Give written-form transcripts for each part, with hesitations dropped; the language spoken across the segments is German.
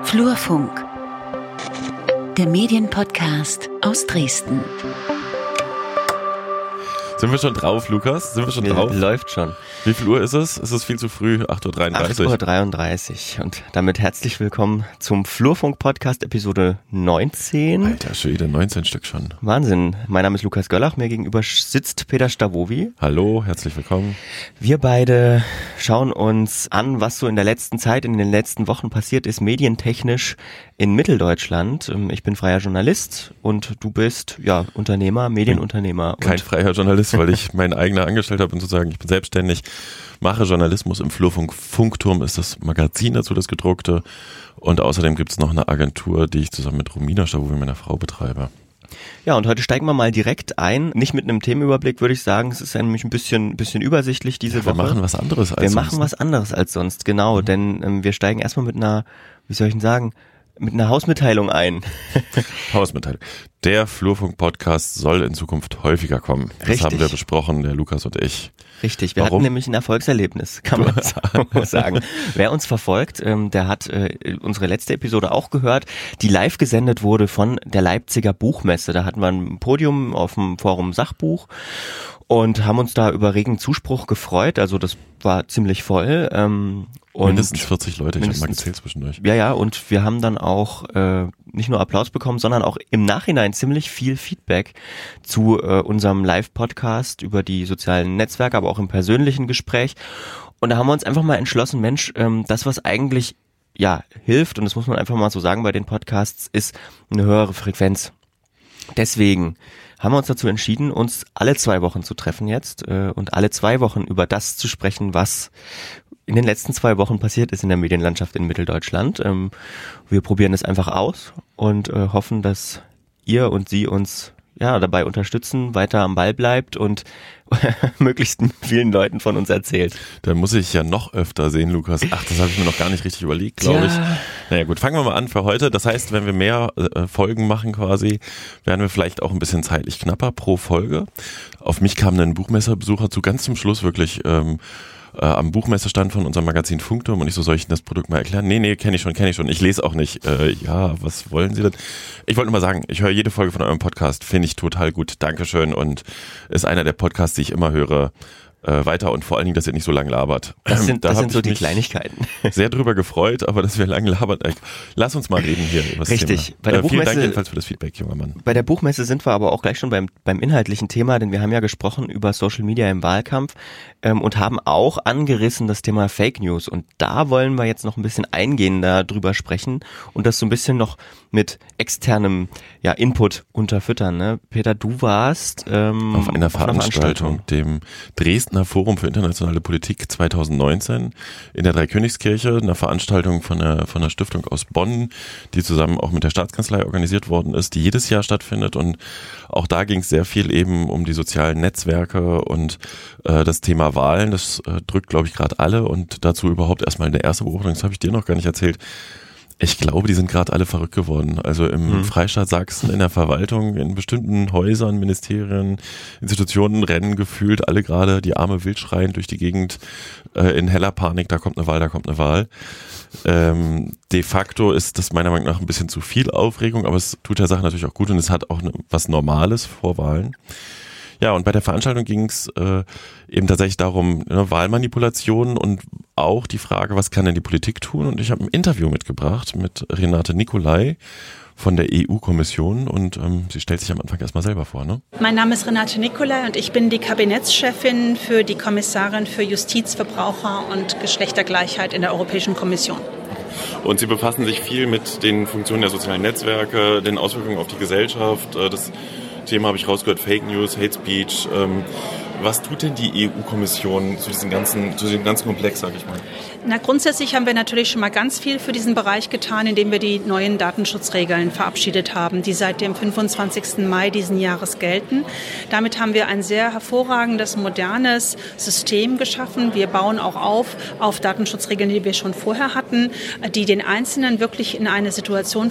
Flurfunk, der Medienpodcast aus Dresden. Sind wir schon drauf, Lukas? Sind wir schon drauf? Läuft schon. Wie viel Uhr ist es? Ist es viel zu früh? 8.33 Uhr. 8.33 Uhr. Und damit herzlich willkommen zum Flurfunk-Podcast Episode 19. Alter Schwede, 19 Stück schon. Wahnsinn. Mein Name ist Lukas Göllach. Mir gegenüber sitzt Peter Stavovi. Hallo, herzlich willkommen. Wir beide schauen uns an, was so in der letzten Zeit, in den letzten Wochen passiert ist, medientechnisch in Mitteldeutschland. Ich bin freier Journalist und du bist, Unternehmer, Medienunternehmer. Kein freier Journalist, weil ich mein eigener Angestellter bin, sozusagen. Ich bin selbstständig, mache Journalismus im Flurfunk. Funkturm ist das Magazin dazu, das gedruckte. Und außerdem gibt es noch eine Agentur, die ich zusammen mit Romina Stavovi, meiner Frau, betreibe. Ja, und heute steigen wir mal direkt ein. Nicht mit einem Themenüberblick, würde ich sagen. Es ist nämlich ein bisschen übersichtlich diese Woche. Wir machen was anderes als sonst. Wir machen was anderes als sonst, genau. Denn wir steigen erstmal mit einer, mit einer Hausmitteilung ein. Hausmitteilung. Der Flurfunk-Podcast soll in Zukunft häufiger kommen. Das Richtig. haben wir besprochen, der Lukas und ich. Richtig, wir Warum? hatten nämlich ein Erfolgserlebnis, kann man so sagen. Wer uns verfolgt, der hat unsere letzte Episode auch gehört, die live gesendet wurde von der Leipziger Buchmesse. Da hatten wir ein Podium auf dem Forum Sachbuch und haben uns da über regen Zuspruch gefreut. Also das war ziemlich voll. Und mindestens 40 Leute, ich habe mal gezählt zwischendurch. Ja, und wir haben dann auch nicht nur Applaus bekommen, sondern auch im Nachhinein ziemlich viel Feedback zu unserem Live-Podcast über die sozialen Netzwerke, aber auch im persönlichen Gespräch. Und da haben wir uns einfach mal entschlossen, Mensch, das, was eigentlich hilft, und das muss man einfach mal so sagen bei den Podcasts, ist eine höhere Frequenz. Deswegen haben wir uns dazu entschieden, uns alle 2 Wochen zu treffen jetzt und alle 2 Wochen über das zu sprechen, was in den letzten 2 Wochen passiert ist in der Medienlandschaft in Mitteldeutschland. Wir probieren es einfach aus und hoffen, dass ihr und sie uns dabei unterstützen, weiter am Ball bleibt und möglichst vielen Leuten von uns erzählt. Da muss ich ja noch öfter sehen, Lukas. Ach, das habe ich mir noch gar nicht richtig überlegt, glaube ich. Naja gut, fangen wir mal an für heute. Das heißt, wenn wir mehr Folgen machen quasi, werden wir vielleicht auch ein bisschen zeitlich knapper pro Folge. Auf mich kam ein Buchmesserbesucher zu ganz zum Schluss wirklich am Buchmessestand von unserem Magazin Funkturm und ich so, soll ich Ihnen das Produkt mal erklären? Nee, kenne ich schon. Ich lese auch nicht. Was wollen Sie denn? Ich wollte nur mal sagen, ich höre jede Folge von eurem Podcast, finde ich total gut. Dankeschön und ist einer der Podcasts, die ich immer höre. Weiter und vor allen Dingen, dass ihr nicht so lang labert. Das sind so die Kleinigkeiten. Sehr drüber gefreut, aber dass wir lang labern. Lass uns mal reden hier über das Richtig. Thema. Bei der Vielen Buchmesse, Dank jedenfalls für das Feedback, junger Mann. Bei der Buchmesse sind wir aber auch gleich schon beim inhaltlichen Thema, denn wir haben ja gesprochen über Social Media im Wahlkampf und haben auch angerissen das Thema Fake News. Und da wollen wir jetzt noch ein bisschen eingehender drüber sprechen und das so ein bisschen noch mit externem Input unterfüttern. Ne? Peter, du warst auf einer Veranstaltung, dem Dresdner Forum für internationale Politik 2019 in der Dreikönigskirche, einer Veranstaltung von einer Stiftung aus Bonn, die zusammen auch mit der Staatskanzlei organisiert worden ist, die jedes Jahr stattfindet. Und auch da ging es sehr viel eben um die sozialen Netzwerke und das Thema Wahlen. Das drückt, glaube ich, gerade alle. Und dazu überhaupt erstmal eine erste Beobachtung, das habe ich dir noch gar nicht erzählt. Ich glaube, die sind gerade alle verrückt geworden. Also im Freistaat Sachsen, in der Verwaltung, in bestimmten Häusern, Ministerien, Institutionen rennen gefühlt alle gerade die arme Wild schreiend durch die Gegend in heller Panik, da kommt eine Wahl. De facto ist das meiner Meinung nach ein bisschen zu viel Aufregung, aber es tut der Sache natürlich auch gut und es hat auch was Normales vor Wahlen. Ja, und bei der Veranstaltung ging es eben tatsächlich darum, Wahlmanipulationen und auch die Frage, was kann denn die Politik tun? Und ich habe ein Interview mitgebracht mit Renate Nicolai von der EU-Kommission und sie stellt sich am Anfang erstmal selber vor, ne? Mein Name ist Renate Nicolai und ich bin die Kabinettschefin für die Kommissarin für Justiz, Verbraucher und Geschlechtergleichheit in der Europäischen Kommission. Und Sie befassen sich viel mit den Funktionen der sozialen Netzwerke, den Auswirkungen auf die Gesellschaft, das Thema habe ich rausgehört, Fake News, Hate Speech. Was tut denn die EU-Kommission zu diesem ganzen Komplex, sage ich mal? Na, grundsätzlich haben wir natürlich schon mal ganz viel für diesen Bereich getan, indem wir die neuen Datenschutzregeln verabschiedet haben, die seit dem 25. Mai diesen Jahres gelten. Damit haben wir ein sehr hervorragendes, modernes System geschaffen. Wir bauen auch auf Datenschutzregeln, die wir schon vorher hatten, die den Einzelnen wirklich in eine Situation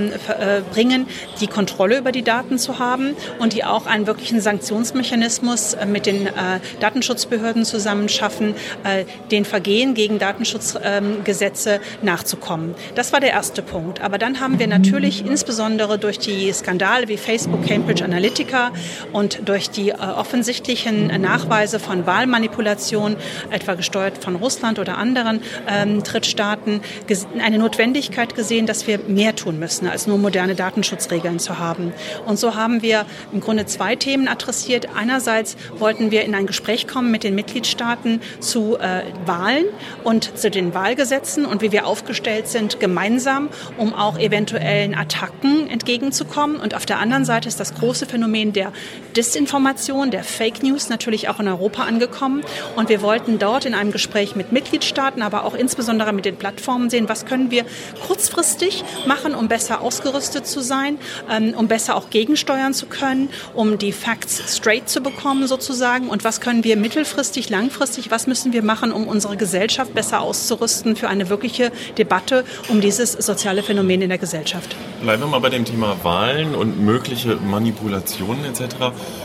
bringen, die Kontrolle über die Daten zu haben und die auch einen wirklichen Sanktionsmechanismus mit den Datenschutzbehörden zusammen schaffen, den Vergehen gegen Datenschutzgesetze nachzukommen. Das war der erste Punkt. Aber dann haben wir natürlich insbesondere durch die Skandale wie Facebook, Cambridge Analytica und durch die offensichtlichen Nachweise von Wahlmanipulation, etwa gesteuert von Russland oder anderen Drittstaaten, eine Notwendigkeit gesehen, dass wir mehr tun müssen, als nur moderne Datenschutzregeln zu haben. Und so haben wir im Grunde zwei Themen adressiert. Einerseits wollten wir in ein Gespräch kommen mit den Mitgliedstaaten zu Wahlen und zu den Wahlgesetzen und wie wir aufgestellt sind gemeinsam, um auch eventuellen Attacken entgegenzukommen. Und auf der anderen Seite ist das große Phänomen der Disinformation, der Fake News natürlich auch in Europa angekommen. Und wir wollten dort in einem Gespräch mit Mitgliedstaaten, aber auch insbesondere mit den Plattformen sehen, was können wir kurzfristig machen, um besser ausgerüstet zu sein, um besser auch gegensteuern zu können, um die Facts straight zu bekommen sozusagen. Und was können wir mittelfristig, langfristig, was müssen wir machen, um unsere Gesellschaft besser auszurüsten für eine wirkliche Debatte um dieses soziale Phänomen in der Gesellschaft. Bleiben wir mal bei dem Thema Wahlen und mögliche Manipulationen etc.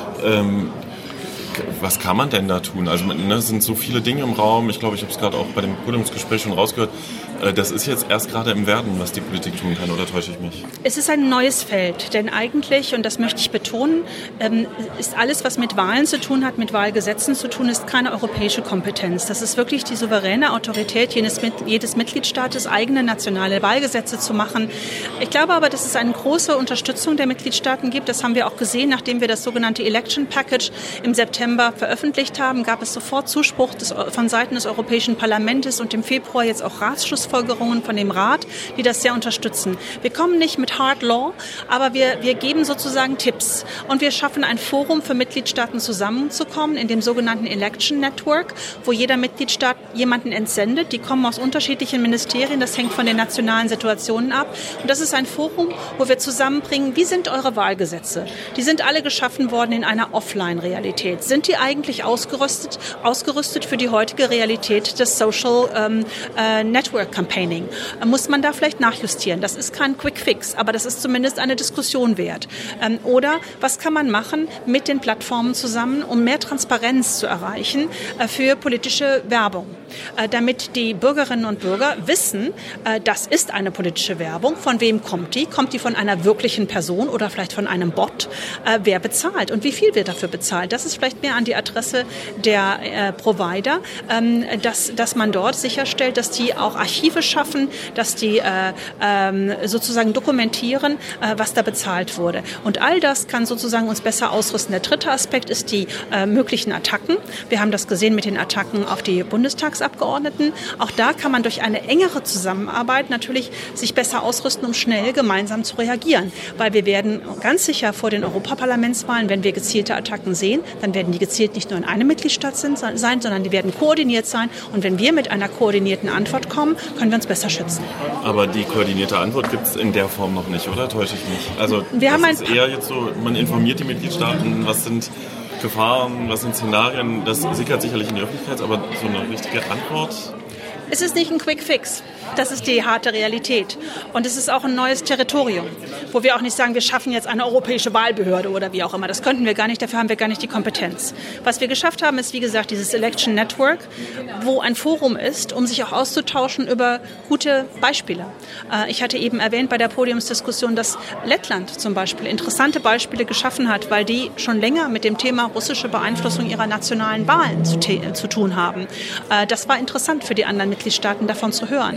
Was kann man denn da tun? Also es sind so viele Dinge im Raum. Ich glaube, ich habe es gerade auch bei dem Podiumsgespräch schon rausgehört. Das ist jetzt erst gerade im Werden, was die Politik tun kann, oder täusche ich mich? Es ist ein neues Feld, denn eigentlich, und das möchte ich betonen, ist alles, was mit Wahlen zu tun hat, mit Wahlgesetzen zu tun, ist keine europäische Kompetenz. Das ist wirklich die souveräne Autorität jedes Mitgliedstaates, eigene nationale Wahlgesetze zu machen. Ich glaube aber, dass es eine große Unterstützung der Mitgliedstaaten gibt. Das haben wir auch gesehen, nachdem wir das sogenannte Election Package im September veröffentlicht haben, gab es sofort Zuspruch von Seiten des Europäischen Parlaments und im Februar jetzt auch Ratsschlussfolgerungen von dem Rat, die das sehr unterstützen. Wir kommen nicht mit Hard Law, aber wir geben sozusagen Tipps und wir schaffen ein Forum für Mitgliedstaaten zusammenzukommen in dem sogenannten Election Network, wo jeder Mitgliedstaat jemanden entsendet. Die kommen aus unterschiedlichen Ministerien, das hängt von den nationalen Situationen ab. Und das ist ein Forum, wo wir zusammenbringen, wie sind eure Wahlgesetze? Die sind alle geschaffen worden in einer Offline-Realität. Sind die eigentlich ausgerüstet für die heutige Realität des Social Network Campaigning? Muss man da vielleicht nachjustieren? Das ist kein Quick Fix, aber das ist zumindest eine Diskussion wert. Oder was kann man machen mit den Plattformen zusammen, um mehr Transparenz zu erreichen für politische Werbung? Damit die Bürgerinnen und Bürger wissen, das ist eine politische Werbung. Von wem kommt die? Kommt die von einer wirklichen Person oder vielleicht von einem Bot? Wer bezahlt und wie viel wird dafür bezahlt? Das ist vielleicht mehr an die Adresse der Provider, dass man dort sicherstellt, dass die auch Archive schaffen, dass die sozusagen dokumentieren, was da bezahlt wurde. Und all das kann sozusagen uns besser ausrüsten. Der dritte Aspekt ist die möglichen Attacken. Wir haben das gesehen mit den Attacken auf die Bundestagsabgeordneten. Auch da kann man durch eine engere Zusammenarbeit natürlich sich besser ausrüsten, um schnell gemeinsam zu reagieren. Weil wir werden ganz sicher vor den Europaparlamentswahlen, wenn wir gezielte Attacken sehen, dann werden die gezielt nicht nur in einem Mitgliedstaat sein, sondern die werden koordiniert sein. Und wenn wir mit einer koordinierten Antwort kommen, können wir uns besser schützen. Aber die koordinierte Antwort gibt es in der Form noch nicht, oder? Täusche ich mich? Also wir haben ist eher jetzt so, man informiert die Mitgliedstaaten, was sind Gefahren, was sind Szenarien, das sickert sicherlich in die Öffentlichkeit, aber so eine richtige Antwort? Es ist nicht ein Quick Fix. Das ist die harte Realität. Und es ist auch ein neues Territorium, wo wir auch nicht sagen, wir schaffen jetzt eine europäische Wahlbehörde oder wie auch immer. Das könnten wir gar nicht, dafür haben wir gar nicht die Kompetenz. Was wir geschafft haben, ist, wie gesagt, dieses Election Network, wo ein Forum ist, um sich auch auszutauschen über gute Beispiele. Ich hatte eben erwähnt bei der Podiumsdiskussion, dass Lettland zum Beispiel interessante Beispiele geschaffen hat, weil die schon länger mit dem Thema russische Beeinflussung ihrer nationalen Wahlen zu tun haben. Das war interessant für die anderen Mitgliedstaaten, davon zu hören.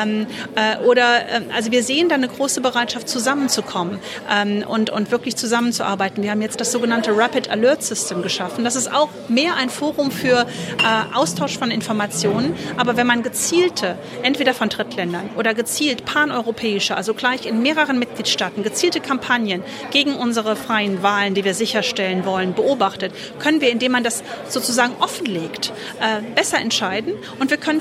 Also wir sehen da eine große Bereitschaft, zusammenzukommen und wirklich zusammenzuarbeiten. Wir haben jetzt das sogenannte Rapid Alert System geschaffen. Das ist auch mehr ein Forum für Austausch von Informationen. Aber wenn man gezielte, entweder von Drittländern oder gezielt paneuropäische, also gleich in mehreren Mitgliedstaaten, gezielte Kampagnen gegen unsere freien Wahlen, die wir sicherstellen wollen, beobachtet, können wir, indem man das sozusagen offenlegt, besser entscheiden. Und wir können vielleicht auch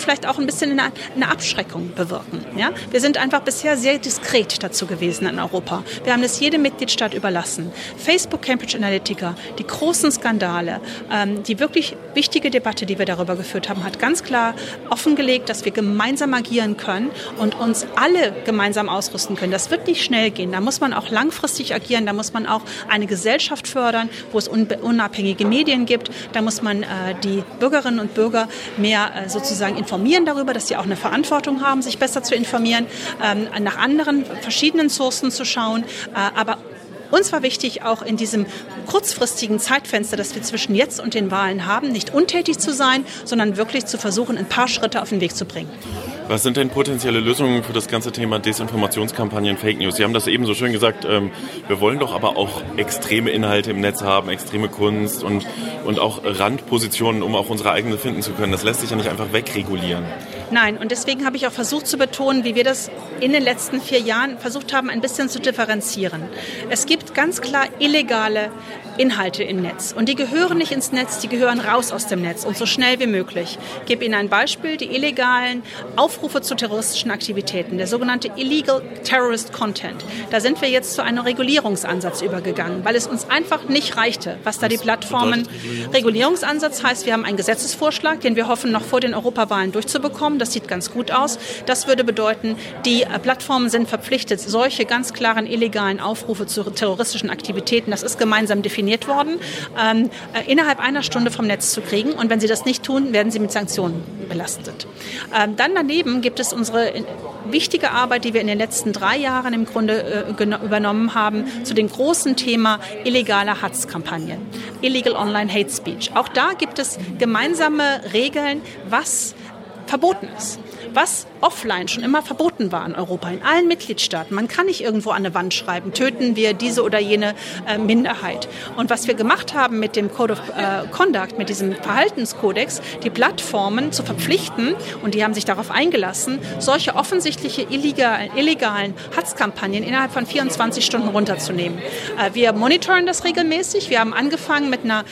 ein bisschen eine Abschreckung bewirken. Ja? Wir sind einfach bisher sehr diskret dazu gewesen in Europa. Wir haben es jedem Mitgliedstaat überlassen. Facebook, Cambridge Analytica, die großen Skandale, die wirklich wichtige Debatte, die wir darüber geführt haben, hat ganz klar offengelegt, dass wir gemeinsam agieren können und uns alle gemeinsam ausrüsten können. Das wird nicht schnell gehen. Da muss man auch langfristig agieren. Da muss man auch eine Gesellschaft fördern, wo es unabhängige Medien gibt. Da muss man die Bürgerinnen und Bürger mehr sozusagen informieren darüber, dass sie auch eine Verantwortung haben, sich besser zu informieren, nach anderen verschiedenen Sourcen zu schauen. Aber uns war wichtig, auch in diesem kurzfristigen Zeitfenster, das wir zwischen jetzt und den Wahlen haben, nicht untätig zu sein, sondern wirklich zu versuchen, ein paar Schritte auf den Weg zu bringen. Was sind denn potenzielle Lösungen für das ganze Thema Desinformationskampagnen, Fake News? Sie haben das eben so schön gesagt, wir wollen doch aber auch extreme Inhalte im Netz haben, extreme Kunst und auch Randpositionen, um auch unsere eigene finden zu können. Das lässt sich ja nicht einfach wegregulieren. Nein, und deswegen habe ich auch versucht zu betonen, wie wir das in den letzten 4 Jahren versucht haben, ein bisschen zu differenzieren. Es gibt ganz klar illegale Inhalte im Netz. Und die gehören nicht ins Netz, die gehören raus aus dem Netz und so schnell wie möglich. Ich gebe Ihnen ein Beispiel, die illegalen Aufrufe zu terroristischen Aktivitäten, der sogenannte Illegal Terrorist Content. Da sind wir jetzt zu einem Regulierungsansatz übergegangen, weil es uns einfach nicht reichte, was da die Plattformen... Regulierungsansatz heißt, wir haben einen Gesetzesvorschlag, den wir hoffen, noch vor den Europawahlen durchzubekommen. Das sieht ganz gut aus. Das würde bedeuten, die Plattformen sind verpflichtet, solche ganz klaren illegalen Aufrufe zu terroristischen Aktivitäten, das ist gemeinsam definiert worden, innerhalb einer Stunde vom Netz zu kriegen. Und wenn sie das nicht tun, werden sie mit Sanktionen belastet. Dann daneben gibt es unsere wichtige Arbeit, die wir in den letzten 3 Jahren im Grunde übernommen haben, zu dem großen Thema illegaler Hatzkampagnen, Illegal Online Hate Speech. Auch da gibt es gemeinsame Regeln, was verboten ist, was offline schon immer verboten war in Europa, in allen Mitgliedstaaten. Man kann nicht irgendwo an eine Wand schreiben, töten wir diese oder jene Minderheit. Und was wir gemacht haben mit dem Code of Conduct, mit diesem Verhaltenskodex, die Plattformen zu verpflichten, und die haben sich darauf eingelassen, solche offensichtliche illegalen Hatzkampagnen innerhalb von 24 Stunden runterzunehmen. Wir monitoren das regelmäßig. Wir haben angefangen mit einer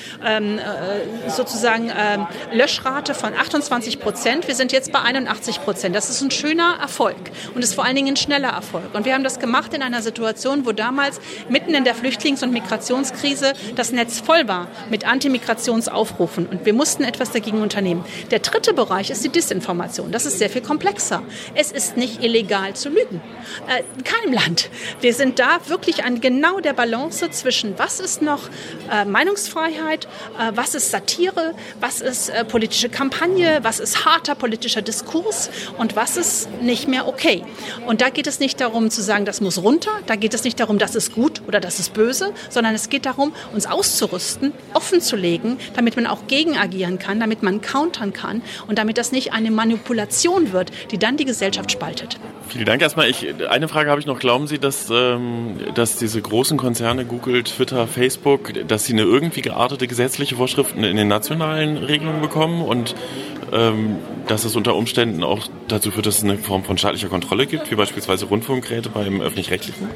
Löschrate von 28%. Wir sind jetzt bei 81%. Das ist ein schöner Erfolg und ist vor allen Dingen ein schneller Erfolg. Und wir haben das gemacht in einer Situation, wo damals mitten in der Flüchtlings- und Migrationskrise das Netz voll war mit Antimigrationsaufrufen und wir mussten etwas dagegen unternehmen. Der dritte Bereich ist die Disinformation. Das ist sehr viel komplexer. Es ist nicht illegal zu lügen. In keinem Land. Wir sind da wirklich an genau der Balance zwischen, was ist noch Meinungsfreiheit, was ist Satire, was ist politische Kampagne, was ist harter politischer Diskurs und was ist nicht mehr okay. Und da geht es nicht darum zu sagen, das muss runter, da geht es nicht darum, das ist gut oder das ist böse, sondern es geht darum, uns auszurüsten, offen zu legen, damit man auch gegen agieren kann, damit man countern kann und damit das nicht eine Manipulation wird, die dann die Gesellschaft spaltet. Vielen Dank erstmal. Eine Frage habe ich noch. Glauben Sie, dass diese großen Konzerne, Google, Twitter, Facebook, dass sie eine irgendwie geartete gesetzliche Vorschriften in den nationalen Regelungen bekommen und dass es unter Umständen auch dazu führt, dass es eine Form von staatlicher Kontrolle gibt, wie beispielsweise Rundfunkgeräte beim Öffentlich-Rechtlichen?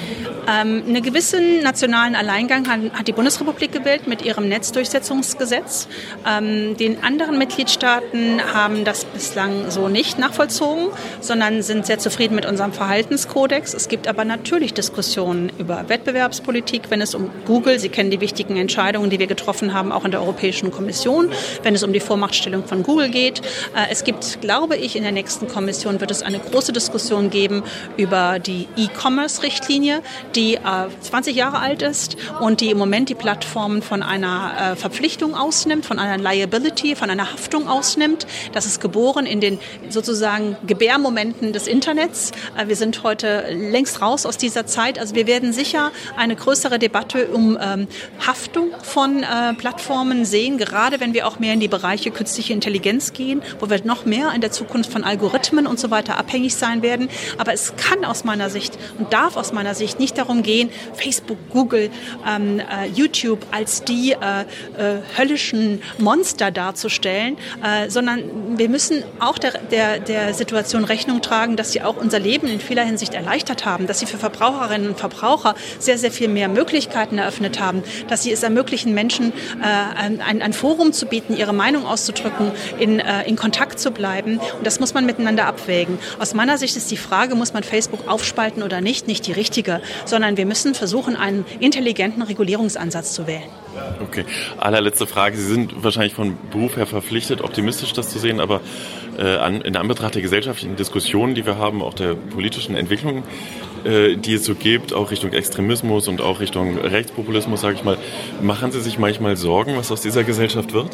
Einen gewissen nationalen Alleingang hat die Bundesrepublik gewählt mit ihrem Netzdurchsetzungsgesetz. Die anderen Mitgliedstaaten haben das bislang so nicht nachvollzogen, sondern sind sehr zufrieden mit unserem Verhaltenskodex. Es gibt aber natürlich Diskussionen über Wettbewerbspolitik, wenn es um Google, Sie kennen die wichtigen Entscheidungen, die wir getroffen haben, auch in der Europäischen Kommission, wenn es um die Vormachtstellung von Google geht. Es gibt, glaube ich, in der nächsten Kommission wird es eine große Diskussion geben über die E-Commerce-Richtlinie, die 20 Jahre alt ist und die im Moment die Plattformen von einer Verpflichtung ausnimmt, von einer Liability, von einer Haftung ausnimmt. Das ist geboren in den sozusagen Gebärmomenten des Internets. Wir sind heute längst raus aus dieser Zeit. Also wir werden sicher eine größere Debatte um Haftung von Plattformen sehen, gerade wenn wir auch mehr in die Bereiche künstliche Intelligenz gehen, wo wir noch mehr in der Zukunft von Algorithmen und so weiter abhängig sein werden. Aber es kann aus meiner Sicht und darf aus meiner Sicht nicht darum gehen, Facebook, Google, YouTube als die höllischen Monster darzustellen, sondern wir müssen auch der Situation Rechnung tragen, dass sie auch unser Leben in vieler Hinsicht erleichtert haben, dass sie für Verbraucherinnen und Verbraucher sehr, sehr viel mehr Möglichkeiten eröffnet haben, dass sie es ermöglichen, Menschen ein Forum zu bieten, ihre Meinung auszudrücken, in Kontakt zu bleiben. Und das muss man miteinander abwägen. Aus meiner Sicht ist die Frage, muss man Facebook aufspalten oder nicht die richtige, sondern wir müssen versuchen, einen intelligenten Regulierungsansatz zu wählen. Okay, allerletzte Frage. Sie sind wahrscheinlich von Beruf her verpflichtet, optimistisch das zu sehen, aber in Anbetracht der gesellschaftlichen Diskussionen, die wir haben, auch der politischen Entwicklung, die es so gibt, auch Richtung Extremismus und auch Richtung Rechtspopulismus, sage ich mal, machen Sie sich manchmal Sorgen, was aus dieser Gesellschaft wird?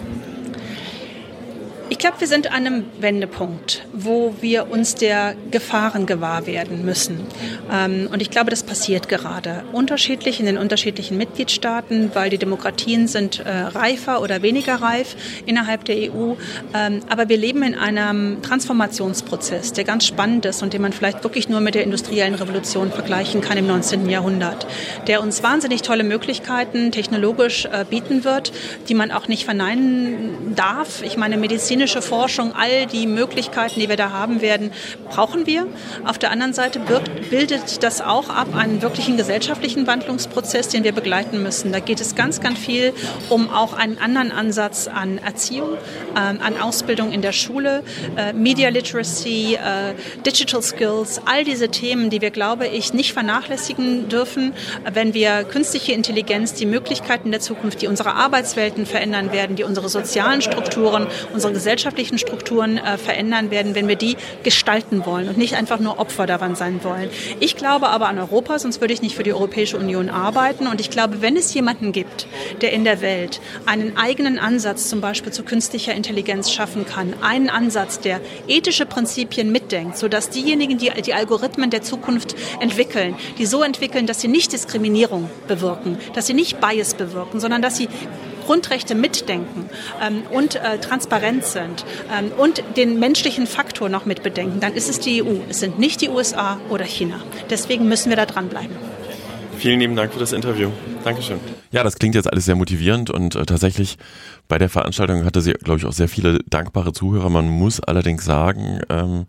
Ich glaube, wir sind an einem Wendepunkt, wo wir uns der Gefahren gewahr werden müssen. Und ich glaube, das passiert gerade. Unterschiedlich in den unterschiedlichen Mitgliedstaaten, weil die Demokratien sind reifer oder weniger reif innerhalb der EU. Aber wir leben in einem Transformationsprozess, der ganz spannend ist und den man vielleicht wirklich nur mit der industriellen Revolution vergleichen kann im 19. Jahrhundert, der uns wahnsinnig tolle Möglichkeiten technologisch bieten wird, die man auch nicht verneinen darf. Ich meine, medizinische Forschung, all die Möglichkeiten, die wir da haben werden, brauchen wir. Auf der anderen Seite bildet das auch ab einen wirklichen gesellschaftlichen Wandlungsprozess, den wir begleiten müssen. Da geht es ganz, ganz viel um auch einen anderen Ansatz an Erziehung, an Ausbildung in der Schule, Media Literacy, Digital Skills, all diese Themen, die wir, glaube ich, nicht vernachlässigen dürfen, wenn wir künstliche Intelligenz, die Möglichkeiten der Zukunft, die unsere Arbeitswelten verändern werden, die unsere sozialen Strukturen, unsere gesellschaftlichen Strukturen verändern werden, wenn wir die gestalten wollen und nicht einfach nur Opfer daran sein wollen. Ich glaube aber an Europa, sonst würde ich nicht für die Europäische Union arbeiten. Und ich glaube, wenn es jemanden gibt, der in der Welt einen eigenen Ansatz zum Beispiel zu künstlicher Intelligenz schaffen kann, einen Ansatz, der ethische Prinzipien mitdenkt, sodass diejenigen, die die Algorithmen der Zukunft entwickeln, die so entwickeln, dass sie nicht Diskriminierung bewirken, dass sie nicht Bias bewirken, sondern dass sie Grundrechte mitdenken und transparent sind und den menschlichen Faktor noch mitbedenken, dann ist es die EU. Es sind nicht die USA oder China. Deswegen müssen wir da dranbleiben. Vielen lieben Dank für das Interview. Dankeschön. Ja, das klingt jetzt alles sehr motivierend und tatsächlich bei der Veranstaltung hatte sie, glaube ich, auch sehr viele dankbare Zuhörer. Man muss allerdings sagen,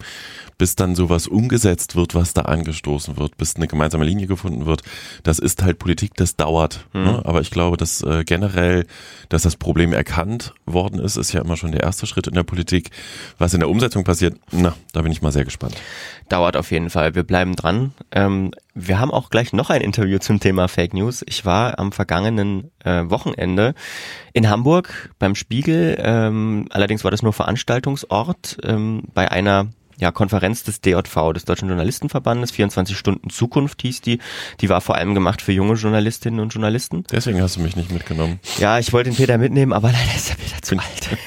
bis dann sowas umgesetzt wird, was da angestoßen wird, bis eine gemeinsame Linie gefunden wird, das ist halt Politik, das dauert. Ne? Aber ich glaube, dass generell, dass das Problem erkannt worden ist ja immer schon der erste Schritt in der Politik. Was in der Umsetzung passiert, da bin ich mal sehr gespannt. Dauert auf jeden Fall. Wir bleiben dran. Wir haben auch gleich noch ein Interview zum Thema Fake News. Ich war am vergangenen Wochenende in Hamburg beim Spiegel. Allerdings war das nur Veranstaltungsort bei einer Konferenz des DJV, des Deutschen Journalistenverbandes, 24 Stunden Zukunft hieß die. Die war vor allem gemacht für junge Journalistinnen und Journalisten. Deswegen hast du mich nicht mitgenommen. Ja, ich wollte den Peter mitnehmen, aber leider ist der Peter zu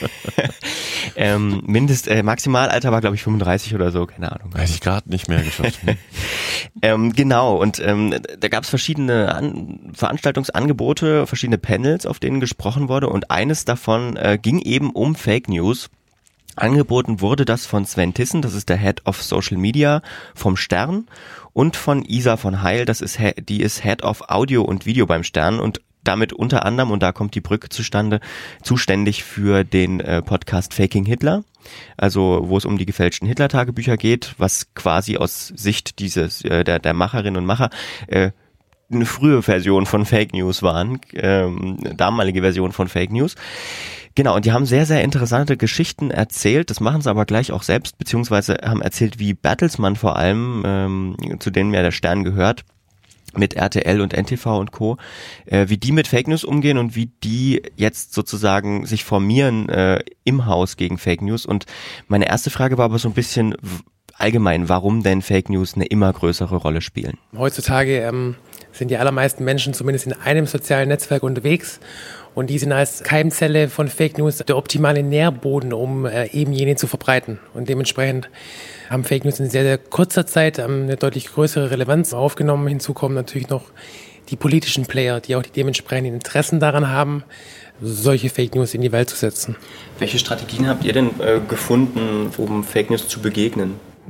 alt. Maximalalter war, glaube ich, 35 oder so, keine Ahnung. Hätte ich gerade nicht mehr geschafft. Genau, und da gab es verschiedene Veranstaltungsangebote, verschiedene Panels, auf denen gesprochen wurde, und eines davon ging eben um Fake News. Angeboten wurde das von Sven Thyssen, das ist der Head of Social Media vom Stern, und von Isa von Heil, die ist Head of Audio und Video beim Stern und damit unter anderem, und da kommt die Brücke zustande, zuständig für den Podcast Faking Hitler, also wo es um die gefälschten Hitler-Tagebücher geht, was quasi aus Sicht der Macherinnen und Macher eine frühe Version von Fake News waren, damalige Version von Fake News. Genau, und die haben sehr, sehr interessante Geschichten erzählt, das machen sie aber gleich auch selbst, beziehungsweise haben erzählt, wie Bertelsmann vor allem, zu denen ja der Stern gehört, mit RTL und NTV und Co., wie die mit Fake News umgehen und wie die jetzt sozusagen sich formieren im Haus gegen Fake News. Und meine erste Frage war aber so ein bisschen allgemein, warum denn Fake News eine immer größere Rolle spielen? Heutzutage sind die allermeisten Menschen zumindest in einem sozialen Netzwerk unterwegs. Und die sind als Keimzelle von Fake News der optimale Nährboden, um eben jene zu verbreiten. Und dementsprechend haben Fake News in sehr, sehr kurzer Zeit eine deutlich größere Relevanz aufgenommen. Hinzu kommen natürlich noch die politischen Player, die auch die dementsprechenden Interessen daran haben, solche Fake News in die Welt zu setzen. Welche Strategien habt ihr denn gefunden, um Fake News zu begegnen?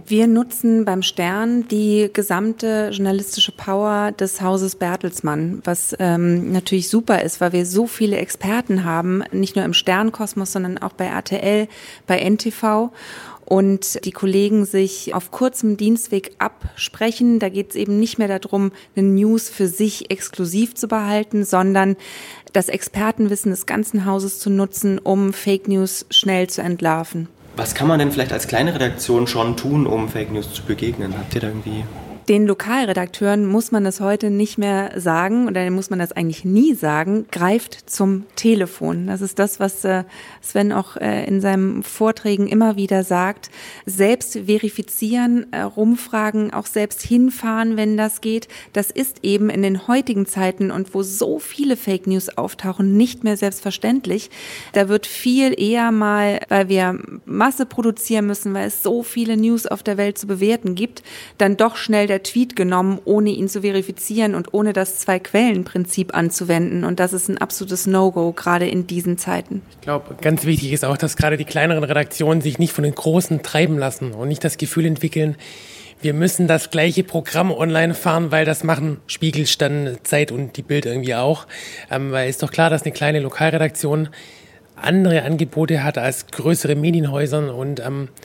Wir nutzen beim Stern die gesamte journalistische Power des Hauses Bertelsmann, was natürlich super ist, weil wir so viele Experten haben, nicht nur im Sternkosmos, sondern auch bei RTL, bei NTV. Und die Kollegen sich auf kurzem Dienstweg absprechen. Da geht es eben nicht mehr darum, eine News für sich exklusiv zu behalten, sondern das Expertenwissen des ganzen Hauses zu nutzen, um Fake News schnell zu entlarven. Was kann man denn vielleicht als kleine Redaktion schon tun, um Fake News zu begegnen? Habt ihr da irgendwie... Den Lokalredakteuren muss man das heute nicht mehr sagen, oder muss man das eigentlich nie sagen, greift zum Telefon. Das ist das, was Sven auch in seinen Vorträgen immer wieder sagt. Selbst verifizieren, rumfragen, auch selbst hinfahren, wenn das geht. Das ist eben in den heutigen Zeiten und wo so viele Fake News auftauchen, nicht mehr selbstverständlich. Da wird viel eher mal, weil wir Masse produzieren müssen, weil es so viele News auf der Welt zu bewerten gibt, dann doch schnell der Tweet genommen, ohne ihn zu verifizieren und ohne das Zwei-Quellen-Prinzip anzuwenden. Und das ist ein absolutes No-Go, gerade in diesen Zeiten. Ich glaube, ganz wichtig ist auch, dass gerade die kleineren Redaktionen sich nicht von den Großen treiben lassen und nicht das Gefühl entwickeln, wir müssen das gleiche Programm online fahren, weil das machen Spiegel, Stern, Zeit und die Bild irgendwie auch. Weil ist doch klar, dass eine kleine Lokalredaktion andere Angebote hat als größere Medienhäuser und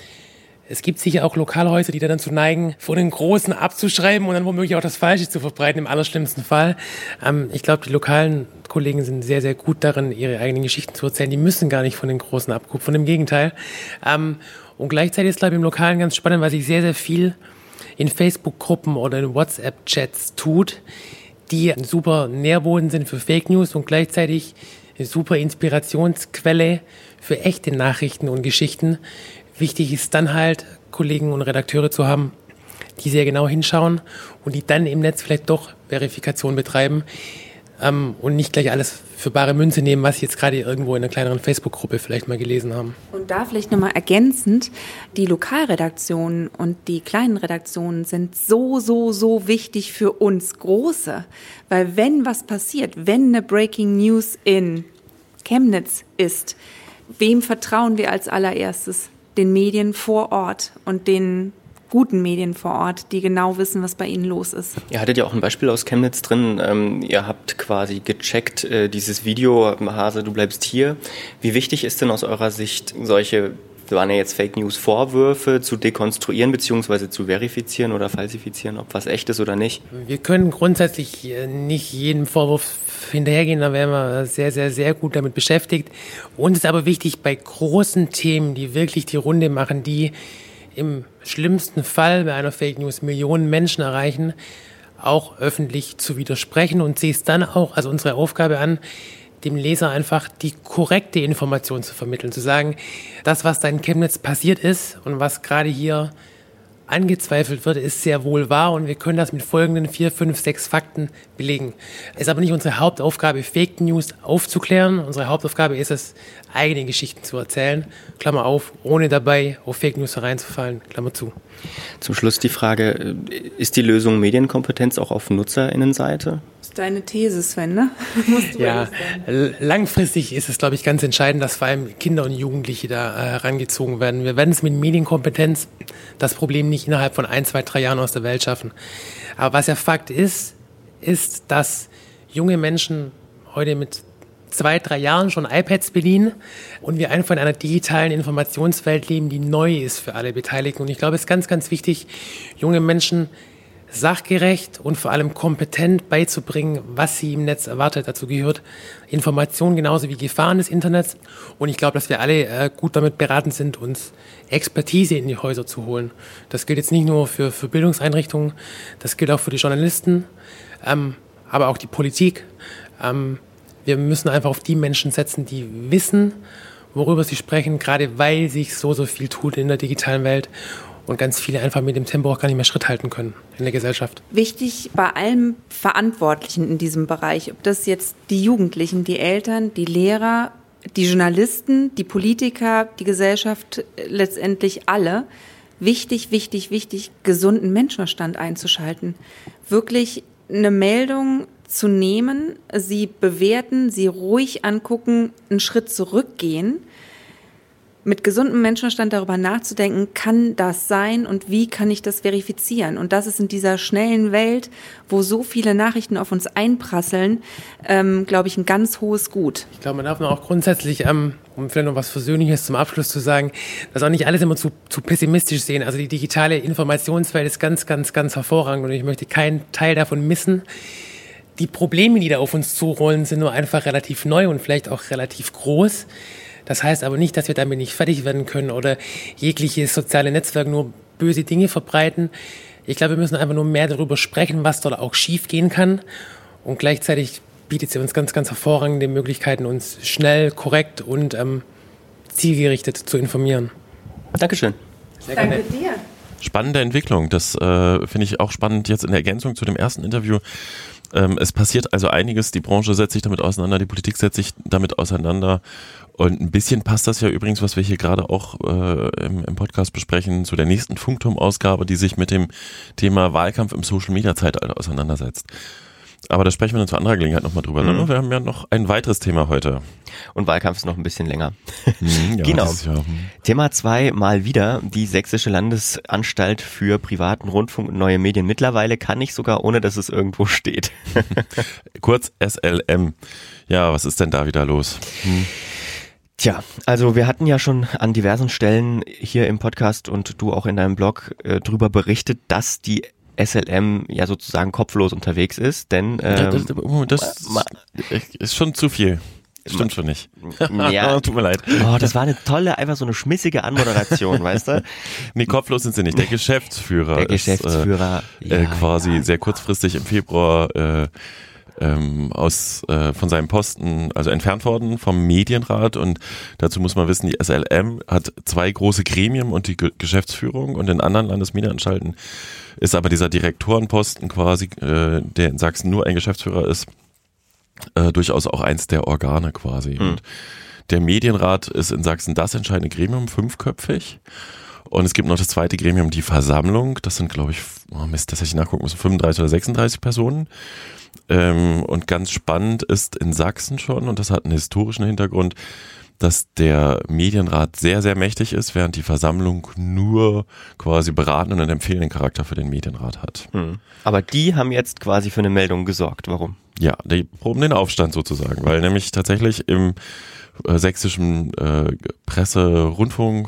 es gibt sicher auch Lokalhäuser, die da dann zu neigen, von den Großen abzuschreiben und dann womöglich auch das Falsche zu verbreiten, im allerschlimmsten Fall. Ich glaube, die lokalen Kollegen sind sehr, sehr gut darin, ihre eigenen Geschichten zu erzählen. Die müssen gar nicht von den Großen abkupfern, im Gegenteil. Und gleichzeitig ist, glaube ich, im Lokalen ganz spannend, weil sich sehr, sehr viel in Facebook-Gruppen oder in WhatsApp-Chats tut, die ein super Nährboden sind für Fake News und gleichzeitig eine super Inspirationsquelle für echte Nachrichten und Geschichten. Wichtig ist dann halt, Kollegen und Redakteure zu haben, die sehr genau hinschauen und die dann im Netz vielleicht doch Verifikation betreiben und nicht gleich alles für bare Münze nehmen, was sie jetzt gerade irgendwo in einer kleineren Facebook-Gruppe vielleicht mal gelesen haben. Und da vielleicht nochmal ergänzend, die Lokalredaktionen und die kleinen Redaktionen sind so wichtig für uns Große, weil wenn was passiert, wenn eine Breaking News in Chemnitz ist, wem vertrauen wir als allererstes? Den Medien vor Ort und den guten Medien vor Ort, die genau wissen, was bei ihnen los ist. Ihr hattet ja auch ein Beispiel aus Chemnitz drin. Ihr habt quasi gecheckt, dieses Video, Hase, du bleibst hier. Wie wichtig ist denn aus eurer Sicht, solche, waren ja jetzt Fake News Vorwürfe zu dekonstruieren bzw. zu verifizieren oder falsifizieren, ob was echt ist oder nicht? Wir können grundsätzlich nicht jedem Vorwurf hinterhergehen, da wären wir sehr, sehr, sehr gut damit beschäftigt. Uns ist aber wichtig, bei großen Themen, die wirklich die Runde machen, die im schlimmsten Fall bei einer Fake News Millionen Menschen erreichen, auch öffentlich zu widersprechen und sehe es dann auch als unsere Aufgabe an, dem Leser einfach die korrekte Information zu vermitteln, zu sagen, das, was da in Chemnitz passiert ist und was gerade hier angezweifelt wird, ist sehr wohl wahr und wir können das mit folgenden 4, 5, 6 Fakten belegen. Es ist aber nicht unsere Hauptaufgabe, Fake News aufzuklären. Unsere Hauptaufgabe ist es, eigene Geschichten zu erzählen, Klammer auf, ohne dabei auf Fake News hereinzufallen, Klammer zu. Zum Schluss die Frage, ist die Lösung Medienkompetenz auch auf NutzerInnenseite? Das ist deine These, Sven, ne? Ja, langfristig ist es, glaube ich, ganz entscheidend, dass vor allem Kinder und Jugendliche da herangezogen werden. Wir werden es mit Medienkompetenz das Problem nicht innerhalb von 1, 2, 3 Jahren aus der Welt schaffen. Aber was ja Fakt ist, dass junge Menschen heute mit 2, 3 Jahren schon iPads bedienen und wir einfach in einer digitalen Informationswelt leben, die neu ist für alle Beteiligten. Und ich glaube, es ist ganz, ganz wichtig, junge Menschen sachgerecht und vor allem kompetent beizubringen, was sie im Netz erwartet. Dazu gehört Information genauso wie Gefahren des Internets. Und ich glaube, dass wir alle gut damit beraten sind, uns Expertise in die Häuser zu holen. Das gilt jetzt nicht nur für Bildungseinrichtungen, das gilt auch für die Journalisten, aber auch die Politik. Wir müssen einfach auf die Menschen setzen, die wissen, worüber sie sprechen, gerade weil sich so viel tut in der digitalen Welt. Und ganz viele einfach mit dem Tempo auch gar nicht mehr Schritt halten können in der Gesellschaft. Wichtig bei allen Verantwortlichen in diesem Bereich, ob das jetzt die Jugendlichen, die Eltern, die Lehrer, die Journalisten, die Politiker, die Gesellschaft, letztendlich alle, wichtig, gesunden Menschenverstand einzuschalten. Wirklich eine Meldung zu nehmen, sie bewerten, sie ruhig angucken, einen Schritt zurückgehen, mit gesundem Menschenverstand darüber nachzudenken, kann das sein und wie kann ich das verifizieren? Und das ist in dieser schnellen Welt, wo so viele Nachrichten auf uns einprasseln, glaube ich, ein ganz hohes Gut. Ich glaube, man darf auch grundsätzlich, um vielleicht noch was Versöhnliches zum Abschluss zu sagen, das auch nicht alles immer zu pessimistisch sehen. Also die digitale Informationswelt ist ganz, ganz, ganz hervorragend und ich möchte keinen Teil davon missen. Die Probleme, die da auf uns zurollen, sind nur einfach relativ neu und vielleicht auch relativ groß. Das heißt aber nicht, dass wir damit nicht fertig werden können oder jegliches soziale Netzwerk nur böse Dinge verbreiten. Ich glaube, wir müssen einfach nur mehr darüber sprechen, was dort auch schief gehen kann. Und gleichzeitig bietet sie uns ganz, ganz hervorragende Möglichkeiten, uns schnell, korrekt und zielgerichtet zu informieren. Dankeschön. Sehr gerne. Danke dir. Spannende Entwicklung. Das finde ich auch spannend jetzt in der Ergänzung zu dem ersten Interview. Es passiert also einiges, die Branche setzt sich damit auseinander, die Politik setzt sich damit auseinander und ein bisschen passt das ja übrigens, was wir hier gerade auch im Podcast besprechen, zu der nächsten Funkturm-Ausgabe, die sich mit dem Thema Wahlkampf im Social-Media-Zeitalter auseinandersetzt. Aber da sprechen wir dann zu anderer Gelegenheit nochmal drüber. Mhm. Wir haben ja noch ein weiteres Thema heute. Und Wahlkampf ist noch ein bisschen länger. Ja, genau. Thema 2 mal wieder die Sächsische Landesanstalt für privaten Rundfunk und neue Medien. Mittlerweile kann ich sogar, ohne dass es irgendwo steht. Kurz SLM. Ja, was ist denn da wieder los? Tja, also wir hatten ja schon an diversen Stellen hier im Podcast und du auch in deinem Blog drüber berichtet, dass die SLM ja sozusagen kopflos unterwegs ist, denn das ist schon zu viel. Stimmt schon nicht. Ja, tut mir leid. Oh, das war eine tolle, einfach so eine schmissige Anmoderation, weißt du? Nee, kopflos sind sie nicht. Der Geschäftsführer ist quasi sehr kurzfristig im Februar von seinem Posten, also entfernt worden vom Medienrat, und dazu muss man wissen, die SLM hat 2 große Gremien und die Geschäftsführung, und in anderen Landesmedienanstalten ist aber dieser Direktorenposten quasi, der in Sachsen nur ein Geschäftsführer ist, durchaus auch eins der Organe quasi. Und der Medienrat ist in Sachsen das entscheidende Gremium, 5-köpfig. Und es gibt noch das zweite Gremium, die Versammlung. Das sind, glaube ich, das hätte ich nachgucken müssen, 35 oder 36 Personen. Und ganz spannend ist in Sachsen schon, und das hat einen historischen Hintergrund, dass der Medienrat sehr, sehr mächtig ist, während die Versammlung nur quasi beratenden und empfehlenden Charakter für den Medienrat hat. Aber die haben jetzt quasi für eine Meldung gesorgt. Warum? Ja, die proben den Aufstand sozusagen, weil nämlich tatsächlich im sächsischen Presse-Rundfunk,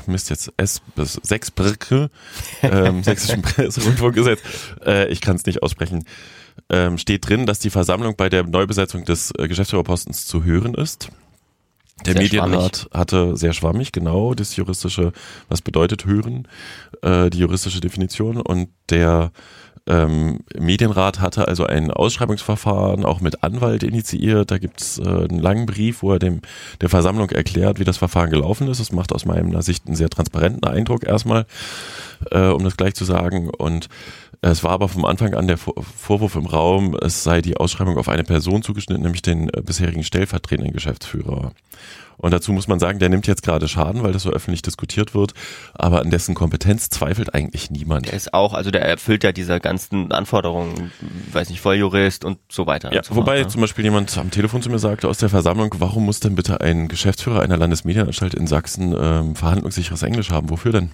sächsischen Presse-Rundfunkgesetz, ich kann es nicht aussprechen, steht drin, dass die Versammlung bei der Neubesetzung des Geschäftsführerpostens zu hören ist. Der sehr Medienrat schwammig. hatte sehr schwammig, genau, das juristische, was bedeutet hören, die juristische Definition, und der Medienrat hatte also ein Ausschreibungsverfahren auch mit Anwalt initiiert. Da gibt es einen langen Brief, wo er der Versammlung erklärt, wie das Verfahren gelaufen ist. Das macht aus meiner Sicht einen sehr transparenten Eindruck erstmal, um das gleich zu sagen. Und es war aber vom Anfang an der Vorwurf im Raum, es sei die Ausschreibung auf eine Person zugeschnitten, nämlich den bisherigen stellvertretenden Geschäftsführer. Und dazu muss man sagen, der nimmt jetzt gerade Schaden, weil das so öffentlich diskutiert wird, aber an dessen Kompetenz zweifelt eigentlich niemand. Der ist auch, also der erfüllt ja diese ganzen Anforderungen, weiß nicht, Volljurist und so weiter. Ja, und so wobei fort, zum Beispiel jemand am Telefon zu mir sagte aus der Versammlung, warum muss denn bitte ein Geschäftsführer einer Landesmedienanstalt in Sachsen verhandlungssicheres Englisch haben? Wofür denn?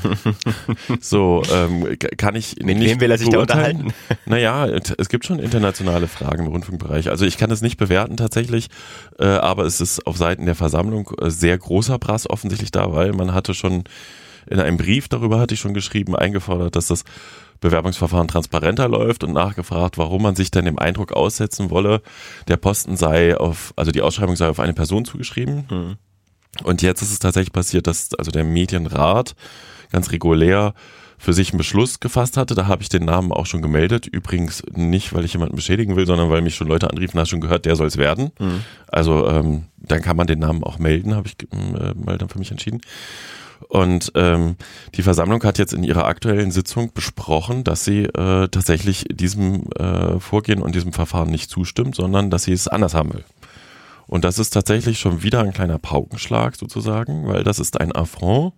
So, kann ich Mit nicht wem will er sich da unterhalten? Naja, es gibt schon internationale Fragen im Rundfunkbereich. Also ich kann das nicht bewerten tatsächlich, aber es ist auf Seiten der Versammlung sehr großer Brass offensichtlich da, weil man hatte schon in einem Brief, darüber hatte ich schon geschrieben, eingefordert, dass das Bewerbungsverfahren transparenter läuft und nachgefragt, warum man sich denn dem Eindruck aussetzen wolle, der Posten die Ausschreibung sei auf eine Person zugeschrieben. Und jetzt ist es tatsächlich passiert, dass also der Medienrat ganz regulär für sich einen Beschluss gefasst hatte. Da habe ich den Namen auch schon gemeldet. Übrigens nicht, weil ich jemanden beschädigen will, sondern weil mich schon Leute anriefen, hast schon gehört, der soll es werden. Also dann kann man den Namen auch melden, habe ich mal dann für mich entschieden. Und die Versammlung hat jetzt in ihrer aktuellen Sitzung besprochen, dass sie tatsächlich diesem Vorgehen und diesem Verfahren nicht zustimmt, sondern dass sie es anders haben will. Und das ist tatsächlich schon wieder ein kleiner Paukenschlag sozusagen, weil das ist ein Affront.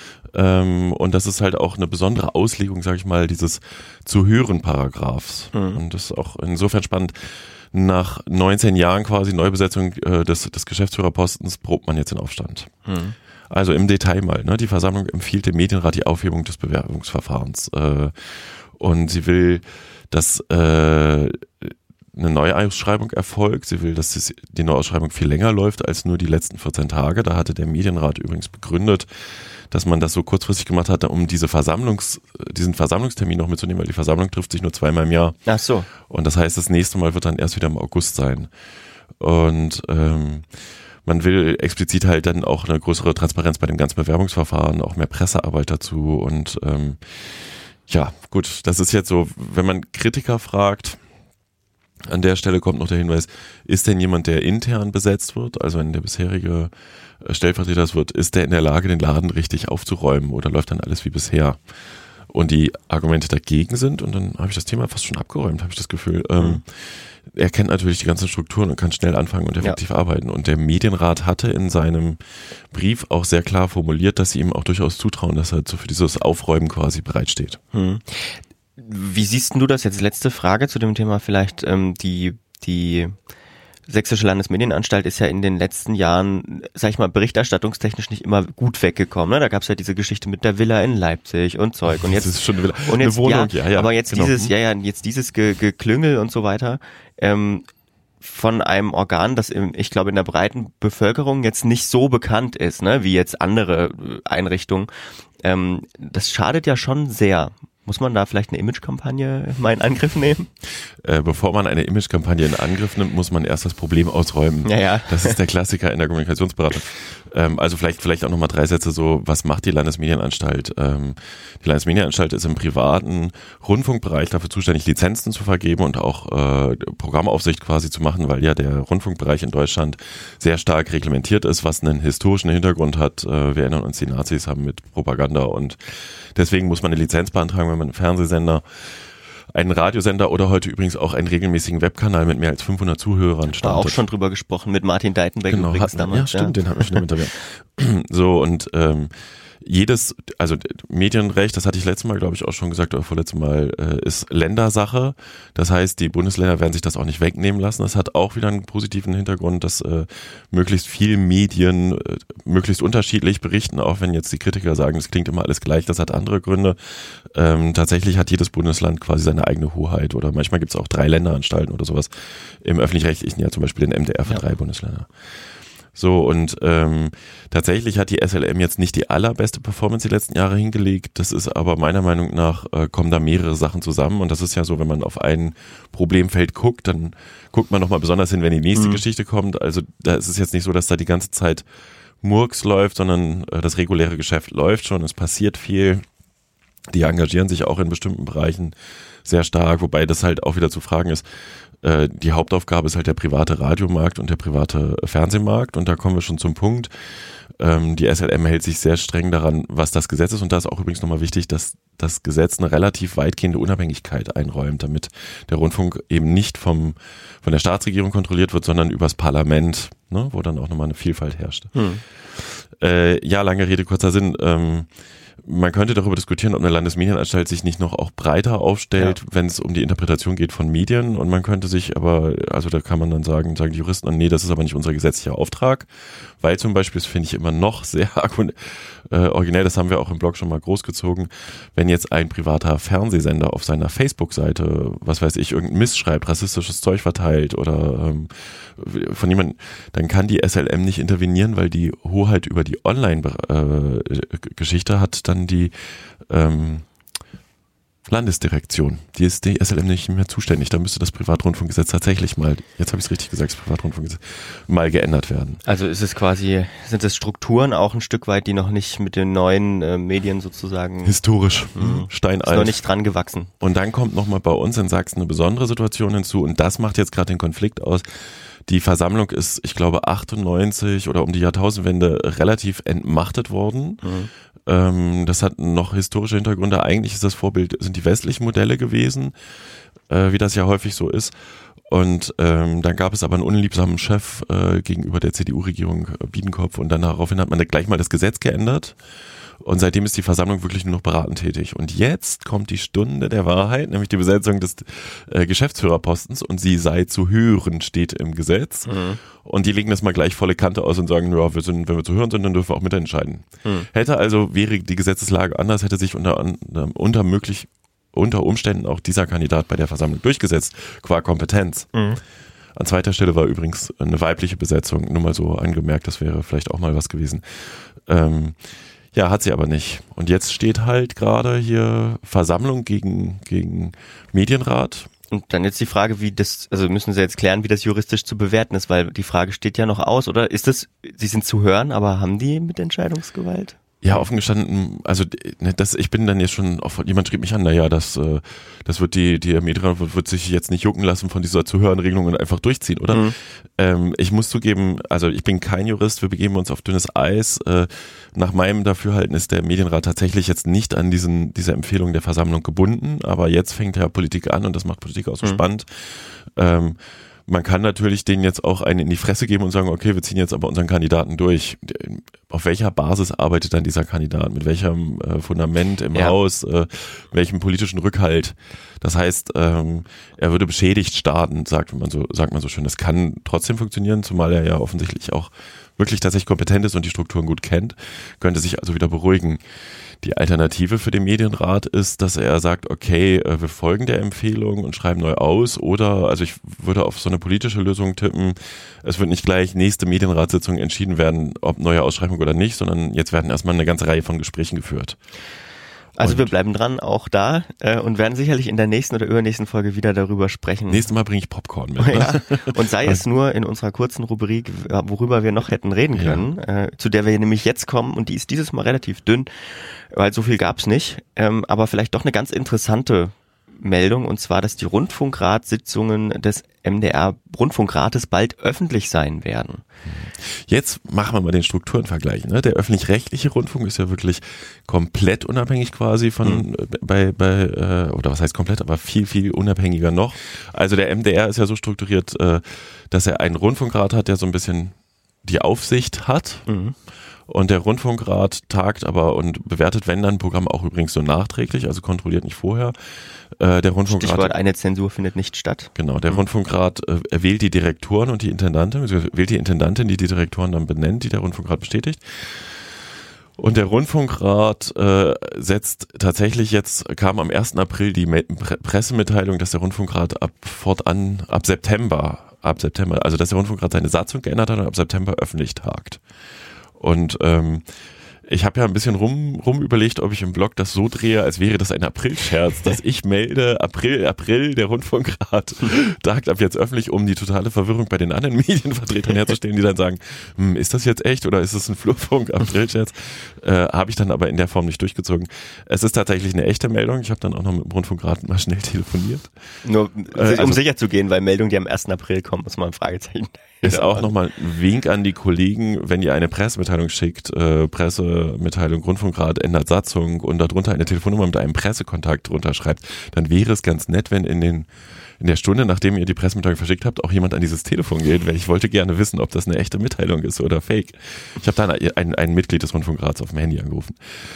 Und das ist halt auch eine besondere Auslegung, sage ich mal, dieses zu hören Paragraphs. Und das ist auch insofern spannend. Nach 19 Jahren quasi Neubesetzung des Geschäftsführerpostens probt man jetzt den Aufstand. Also im Detail mal, ne? Die Versammlung empfiehlt dem Medienrat die Aufhebung des Bewerbungsverfahrens. Und sie will, dass eine Neuausschreibung erfolgt. Sie will, dass die Neuausschreibung viel länger läuft als nur die letzten 14 Tage. Da hatte der Medienrat übrigens begründet, dass man das so kurzfristig gemacht hat, um diesen Versammlungstermin noch mitzunehmen, weil die Versammlung trifft sich nur zweimal im Jahr. Ach so. Und das heißt, das nächste Mal wird dann erst wieder im August sein. Und man will explizit halt dann auch eine größere Transparenz bei dem ganzen Bewerbungsverfahren, auch mehr Pressearbeit dazu. Und ja, gut, das ist jetzt so, wenn man Kritiker fragt, an der Stelle kommt noch der Hinweis, ist denn jemand, der intern besetzt wird, also wenn der bisherige Stellvertreter das wird, ist der in der Lage, den Laden richtig aufzuräumen oder läuft dann alles wie bisher? Und die Argumente dagegen sind, und dann habe ich das Thema fast schon abgeräumt, habe ich das Gefühl. Er kennt natürlich die ganzen Strukturen und kann schnell anfangen und effektiv arbeiten. Und der Medienrat hatte in seinem Brief auch sehr klar formuliert, dass sie ihm auch durchaus zutrauen, dass er für dieses Aufräumen quasi bereitsteht. Wie siehst du das jetzt? Letzte Frage zu dem Thema vielleicht. Die Sächsische Landesmedienanstalt ist ja in den letzten Jahren, sag ich mal, berichterstattungstechnisch nicht immer gut weggekommen. Ne? Da gab es ja diese Geschichte mit der Villa in Leipzig und Zeug. Und jetzt, das ist schon eine Wohnung, ja. Aber jetzt genau. Dieses Geklüngel und so weiter von einem Organ, das ich glaube in der breiten Bevölkerung jetzt nicht so bekannt ist, ne, wie jetzt andere Einrichtungen. Das schadet ja schon sehr. Muss man da vielleicht eine Imagekampagne mal in Angriff nehmen? Bevor man eine Imagekampagne in Angriff nimmt, muss man erst das Problem ausräumen. Ja. Das ist der Klassiker in der Kommunikationsberatung. Also vielleicht auch nochmal 3 Sätze so, was macht die Landesmedienanstalt? Die Landesmedienanstalt ist im privaten Rundfunkbereich dafür zuständig, Lizenzen zu vergeben und auch Programmaufsicht quasi zu machen, weil ja der Rundfunkbereich in Deutschland sehr stark reglementiert ist, was einen historischen Hintergrund hat. Wir erinnern uns, die Nazis haben mit Propaganda und deswegen muss man eine Lizenz beantragen, wenn man einen Fernsehsender, einen Radiosender oder heute übrigens auch einen regelmäßigen Webkanal mit mehr als 500 Zuhörern startet. War auch schon drüber gesprochen mit Martin Deitenbeck übrigens damals. Ja, stimmt, den haben wir schon im Interview. So, und also Medienrecht, das hatte ich letztes Mal, glaube ich, auch schon gesagt, oder vorletztes Mal, ist Ländersache. Das heißt, die Bundesländer werden sich das auch nicht wegnehmen lassen. Das hat auch wieder einen positiven Hintergrund, dass möglichst viel Medien möglichst unterschiedlich berichten, auch wenn jetzt die Kritiker sagen, das klingt immer alles gleich, das hat andere Gründe. Tatsächlich hat jedes Bundesland quasi seine eigene Hoheit oder manchmal gibt es auch 3 Länderanstalten oder sowas. Im Öffentlich-Rechtlichen ja zum Beispiel den MDR für 3 Bundesländer. So, und tatsächlich hat die SLM jetzt nicht die allerbeste Performance die letzten Jahre hingelegt. Das ist aber meiner Meinung nach, kommen da mehrere Sachen zusammen. Und das ist ja so, wenn man auf ein Problemfeld guckt, dann guckt man nochmal besonders hin, wenn die nächste Geschichte kommt. Also da ist es jetzt nicht so, dass da die ganze Zeit Murks läuft, sondern das reguläre Geschäft läuft schon. Es passiert viel. Die engagieren sich auch in bestimmten Bereichen sehr stark, wobei das halt auch wieder zu fragen ist, die Hauptaufgabe ist halt der private Radiomarkt und der private Fernsehmarkt und da kommen wir schon zum Punkt. Die SLM hält sich sehr streng daran, was das Gesetz ist und da ist auch übrigens nochmal wichtig, dass das Gesetz eine relativ weitgehende Unabhängigkeit einräumt, damit der Rundfunk eben nicht von der Staatsregierung kontrolliert wird, sondern übers Parlament, ne, wo dann auch nochmal eine Vielfalt herrscht. Ja, lange Rede, kurzer Sinn. Man könnte darüber diskutieren, ob eine Landesmedienanstalt sich nicht noch auch breiter aufstellt, wenn es um die Interpretation geht von Medien. Und man könnte sich aber, also da kann man dann sagen die Juristen, nee, das ist aber nicht unser gesetzlicher Auftrag. Weil zum Beispiel, das finde ich immer noch sehr originell, das haben wir auch im Blog schon mal großgezogen, wenn jetzt ein privater Fernsehsender auf seiner Facebook-Seite, was weiß ich, irgendein Mist schreibt, rassistisches Zeug verteilt oder von jemandem, dann kann die SLM nicht intervenieren, weil die Hoheit über die Online-Geschichte hat dann die Landesdirektion. Die ist die SLM nicht mehr zuständig. Da müsste das Privatrundfunkgesetz tatsächlich mal, jetzt habe ich es richtig gesagt, das Privatrundfunkgesetz mal geändert werden. Also ist es quasi, sind es Strukturen auch ein Stück weit, die noch nicht mit den neuen Medien sozusagen historisch steinalt. Ist noch nicht dran gewachsen. Und dann kommt nochmal bei uns in Sachsen eine besondere Situation hinzu und das macht jetzt gerade den Konflikt aus. Die Versammlung ist, ich glaube, 98 oder um die Jahrtausendwende relativ entmachtet worden. Das hat noch historische Hintergründe. Eigentlich ist das Vorbild, sind die westlichen Modelle gewesen, wie das ja häufig so ist. Und dann gab es aber einen unliebsamen Chef gegenüber der CDU-Regierung Biedenkopf und dann daraufhin hat man gleich mal das Gesetz geändert. Und seitdem ist die Versammlung wirklich nur noch beratend tätig. Und jetzt kommt die Stunde der Wahrheit, nämlich die Besetzung des Geschäftsführerpostens und sie sei zu hören, steht im Gesetz. Und die legen das mal gleich volle Kante aus und sagen, ja, wenn wir zu hören sind, dann dürfen wir auch mitentscheiden. Wäre die Gesetzeslage anders, hätte sich unter Umständen auch dieser Kandidat bei der Versammlung durchgesetzt, qua Kompetenz. An zweiter Stelle war übrigens eine weibliche Besetzung, nur mal so angemerkt, das wäre vielleicht auch mal was gewesen. Ja, hat sie aber nicht. Und jetzt steht halt gerade hier Versammlung gegen Medienrat. Und dann jetzt die Frage, müssen Sie jetzt klären, wie das juristisch zu bewerten ist, weil die Frage steht ja noch aus, oder ist es, Sie sind zu hören, aber haben die Mitentscheidungsgewalt? Ja, offen gestanden, also ich bin dann jetzt schon, jemand schrieb mich an, naja, das wird der Medienrat wird sich jetzt nicht jucken lassen von dieser Zuhörenregelung und einfach durchziehen, oder? Ich muss zugeben, also ich bin kein Jurist, wir begeben uns auf dünnes Eis. Nach meinem Dafürhalten ist der Medienrat tatsächlich jetzt nicht an diese Empfehlung der Versammlung gebunden, aber jetzt fängt ja Politik an und das macht Politik auch so spannend. Man kann natürlich denen jetzt auch einen in die Fresse geben und sagen, okay, wir ziehen jetzt aber unseren Kandidaten durch. Auf welcher Basis arbeitet dann dieser Kandidat? Mit welchem Fundament im Haus? Welchem politischen Rückhalt? Das heißt, er würde beschädigt starten, sagt man so schön. Das kann trotzdem funktionieren, zumal er ja offensichtlich auch wirklich tatsächlich kompetent ist und die Strukturen gut kennt, könnte sich also wieder beruhigen. Die Alternative für den Medienrat ist, dass er sagt, okay, wir folgen der Empfehlung und schreiben neu aus, oder, also ich würde auf so eine politische Lösung tippen, es wird nicht gleich nächste Medienratssitzung entschieden werden, ob neue Ausschreibung oder nicht, sondern jetzt werden erstmal eine ganze Reihe von Gesprächen geführt. Also wir bleiben dran, auch da, und werden sicherlich in der nächsten oder übernächsten Folge wieder darüber sprechen. Nächstes Mal bringe ich Popcorn mit. Ne? Ja. Und sei es nur in unserer kurzen Rubrik, worüber wir noch hätten reden können, zu der wir nämlich jetzt kommen, und die ist dieses Mal relativ dünn, weil so viel gab's nicht, aber vielleicht doch eine ganz interessante Meldung, und zwar, dass die Rundfunkratssitzungen des MDR-Rundfunkrates bald öffentlich sein werden. Jetzt machen wir mal den Strukturenvergleich. Ne? Der öffentlich-rechtliche Rundfunk ist ja wirklich komplett unabhängig quasi von oder was heißt komplett, aber viel, viel unabhängiger noch. Also der MDR ist ja so strukturiert, dass er einen Rundfunkrat hat, der so ein bisschen die Aufsicht hat. Und der Rundfunkrat tagt aber und bewertet, wenn dann, Programm auch übrigens so nachträglich, also kontrolliert nicht vorher. Der Rundfunkrat, Stichwort, eine Zensur findet nicht statt. Genau, der Rundfunkrat wählt die Direktoren und die Intendantin, also wählt die Intendantin, die Direktoren dann benennt, die der Rundfunkrat bestätigt. Und der Rundfunkrat setzt tatsächlich kam am 1. April die Pressemitteilung, dass der Rundfunkrat ab September, also dass der Rundfunkrat seine Satzung geändert hat und ab September öffentlich tagt. Und ich habe ja ein bisschen rum überlegt, ob ich im Blog das so drehe, als wäre das ein Aprilscherz, dass ich melde, April, der Rundfunkrat tagt ab jetzt öffentlich, um die totale Verwirrung bei den anderen Medienvertretern herzustellen, die dann sagen, ist das jetzt echt oder ist das ein Flurfunk, Aprilscherz? Habe ich dann aber in der Form nicht durchgezogen. Es ist tatsächlich eine echte Meldung. Ich habe dann auch noch mit dem Rundfunkrat mal schnell telefoniert. Nur um sicher zu gehen, weil Meldungen, die am 1. April kommen, muss man ein Fragezeichen. Ist auch nochmal ein Wink an die Kollegen, wenn ihr eine Pressemitteilung schickt, Pressemitteilung, Rundfunkrat ändert Satzung und darunter eine Telefonnummer mit einem Pressekontakt drunter schreibt, dann wäre es ganz nett, wenn in der Stunde, nachdem ihr die Pressemitteilung verschickt habt, auch jemand an dieses Telefon geht, weil ich wollte gerne wissen, ob das eine echte Mitteilung ist oder fake. Ich habe dann ein Mitglied des Rundfunkrats auf dem Handy angerufen.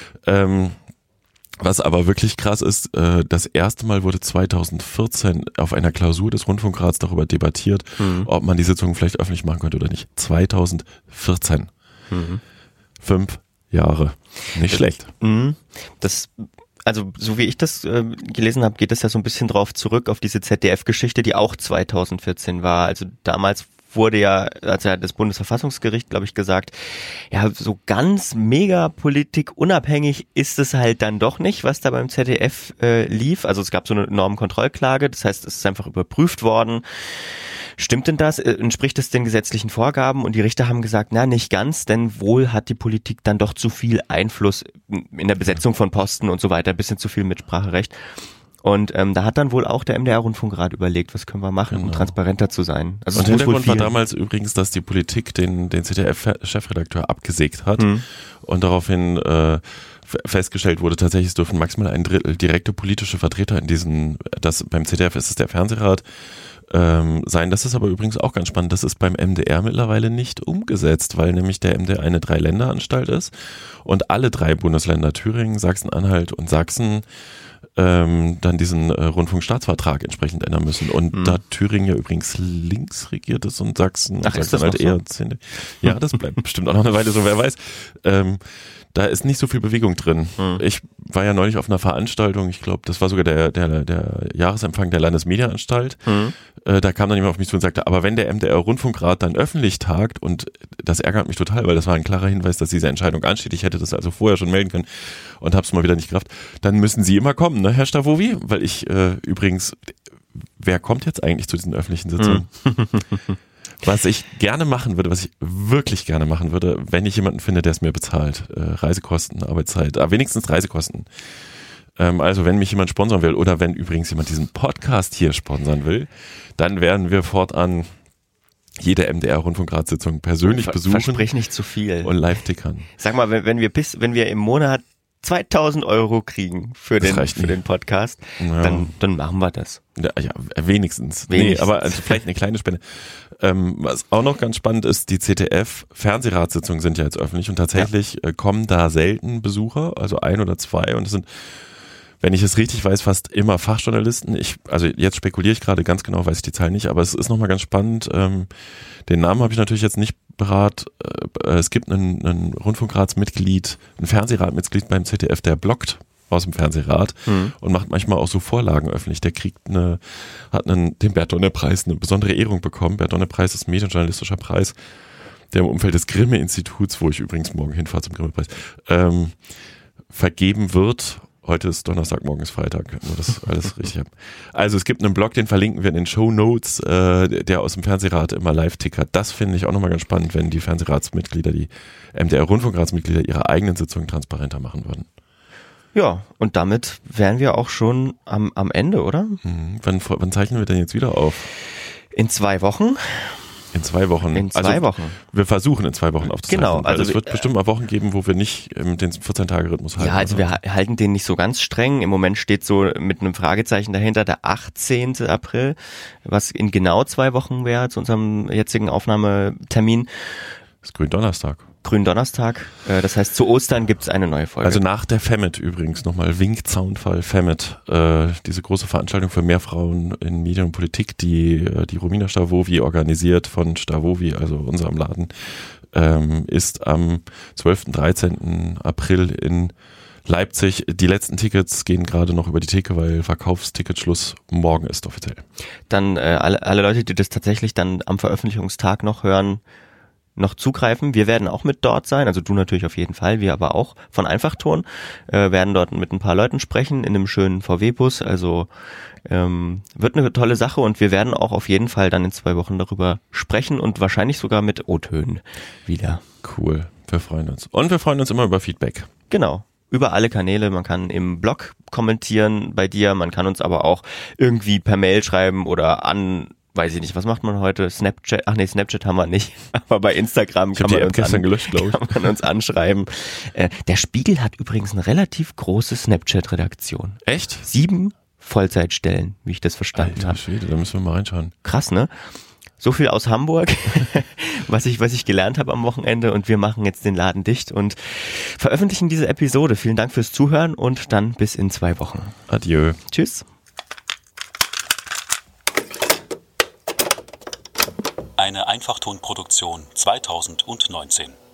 Was aber wirklich krass ist, das erste Mal wurde 2014 auf einer Klausur des Rundfunkrats darüber debattiert, ob man die Sitzungen vielleicht öffentlich machen könnte oder nicht. 2014. 5 Jahre. Nicht schlecht. Also so wie ich das gelesen habe, geht es ja so ein bisschen drauf zurück auf diese ZDF-Geschichte, die auch 2014 war. Also damals wurde ja, also hat das Bundesverfassungsgericht, glaube ich, gesagt, ja, so ganz mega politikunabhängig ist es halt dann doch nicht, was da beim ZDF lief. Also es gab so eine Normenkontrollklage, das heißt, es ist einfach überprüft worden. Stimmt denn das? Entspricht es den gesetzlichen Vorgaben? Und die Richter haben gesagt, na, nicht ganz, denn wohl hat die Politik dann doch zu viel Einfluss in der Besetzung von Posten und so weiter, ein bisschen zu viel Mitspracherecht. Und da hat dann wohl auch der MDR-Rundfunkrat überlegt, was können wir machen, um transparenter zu sein. Also und Hintergrund war damals übrigens, dass die Politik den ZDF-Chefredakteur abgesägt hat und daraufhin festgestellt wurde, tatsächlich es dürfen maximal 1/3 direkte politische Vertreter in beim ZDF ist es der Fernsehrat, sein. Das ist aber übrigens auch ganz spannend. Das ist beim MDR mittlerweile nicht umgesetzt, weil nämlich der MDR eine 3-Länder-Anstalt ist und alle 3 Bundesländer, Thüringen, Sachsen-Anhalt und Sachsen, dann diesen Rundfunkstaatsvertrag entsprechend ändern müssen. Und da Thüringen ja übrigens links regiert ist und Sachsen und Sachsen halt eher so? Ja, das bleibt bestimmt auch noch eine Weile so, wer weiß. Da ist nicht so viel Bewegung drin. Ich war ja neulich auf einer Veranstaltung, ich glaube, das war sogar der Jahresempfang der Landesmedienanstalt. Da kam dann jemand auf mich zu und sagte, aber wenn der MDR-Rundfunkrat dann öffentlich tagt, und das ärgert mich total, weil das war ein klarer Hinweis, dass diese Entscheidung ansteht, ich hätte das also vorher schon melden können und habe es mal wieder nicht gerafft, dann müssen Sie immer kommen, ne, Herr Stavovi? Weil ich übrigens, wer kommt jetzt eigentlich zu diesen öffentlichen Sitzungen? Was ich gerne machen würde, was ich wirklich gerne machen würde, wenn ich jemanden finde, der es mir bezahlt. Reisekosten, Arbeitszeit, wenigstens Reisekosten. Also wenn mich jemand sponsern will oder wenn übrigens jemand diesen Podcast hier sponsern will, dann werden wir fortan jede MDR-Rundfunkratssitzung persönlich besuchen. Versprich nicht zu viel. Und live tickern. Sag mal, wenn wir im Monat 2.000 € kriegen für den Podcast, ja. dann machen wir das. Ja, wenigstens. Nee, aber also vielleicht eine kleine Spende. Was auch noch ganz spannend ist, die ZDF-Fernsehratssitzungen sind ja jetzt öffentlich und tatsächlich kommen da selten Besucher, also 1 oder 2, und es sind, wenn ich es richtig weiß, fast immer Fachjournalisten. Also jetzt spekuliere ich gerade, ganz genau weiß ich die Zahl nicht, aber es ist nochmal ganz spannend. Den Namen habe ich natürlich jetzt nicht parat. Es gibt einen Rundfunkratsmitglied, ein Fernsehratmitglied beim ZDF, der bloggt aus dem Fernsehrat und macht manchmal auch so Vorlagen öffentlich. Der hat den Bert-Donner-Preis, eine besondere Ehrung bekommen. Bert-Donner-Preis ist ein medienjournalistischer Preis, der im Umfeld des Grimme-Instituts, wo ich übrigens morgen hinfahre zum Grimme-Preis, vergeben wird. Heute ist Donnerstag, morgen ist Freitag, nur das alles richtig habe. Also es gibt einen Blog, den verlinken wir in den Shownotes, der aus dem Fernsehrat immer live tickert. Das finde ich auch nochmal ganz spannend, wenn die Fernsehratsmitglieder, die MDR-Rundfunkratsmitglieder ihre eigenen Sitzungen transparenter machen würden. Ja, und damit wären wir auch schon am Ende, oder? Wann zeichnen wir denn jetzt wieder auf? In 2 Wochen. In 2 Wochen. In 2 Wochen. Wir versuchen in 2 Wochen aufzuzeichnen. Genau. Also es wird bestimmt mal Wochen geben, wo wir nicht den 14-Tage-Rhythmus halten. Ja, also wir halten den nicht so ganz streng. Im Moment steht so mit einem Fragezeichen dahinter der 18. April, was in genau 2 Wochen wäre zu unserem jetzigen Aufnahmetermin. Das ist Gründonnerstag. Gründonnerstag. Das heißt, zu Ostern gibt's eine neue Folge. Also nach der FEMIT übrigens nochmal, Wink-Zaunfall FEMIT, diese große Veranstaltung für mehr Frauen in Medien und Politik, die Romina Stavovi organisiert von Stavovi, also unserem Laden, ist am 12. 13. April in Leipzig. Die letzten Tickets gehen gerade noch über die Theke, weil Verkaufsticketschluss morgen ist offiziell. Dann alle Leute, die das tatsächlich dann am Veröffentlichungstag noch hören, noch zugreifen. Wir werden auch mit dort sein, also du natürlich auf jeden Fall, wir aber auch von Einfachton, werden dort mit ein paar Leuten sprechen in einem schönen VW-Bus, also wird eine tolle Sache und wir werden auch auf jeden Fall dann in 2 Wochen darüber sprechen und wahrscheinlich sogar mit O-Tönen wieder. Cool, wir freuen uns. Und wir freuen uns immer über Feedback. Genau. Über alle Kanäle, man kann im Blog kommentieren bei dir, man kann uns aber auch irgendwie per Mail schreiben oder weiß ich nicht, was macht man heute? Snapchat? Ach nee, Snapchat haben wir nicht. Aber bei Instagram kann man uns anschreiben. Der Spiegel hat übrigens eine relativ große Snapchat-Redaktion. Echt? 7 Vollzeitstellen, wie ich das verstanden habe. Schwede, da müssen wir mal reinschauen. Krass, ne? So viel aus Hamburg, was ich gelernt habe am Wochenende, und wir machen jetzt den Laden dicht und veröffentlichen diese Episode. Vielen Dank fürs Zuhören und dann bis in 2 Wochen. Adieu. Tschüss. Eine Einfachtonproduktion 2019.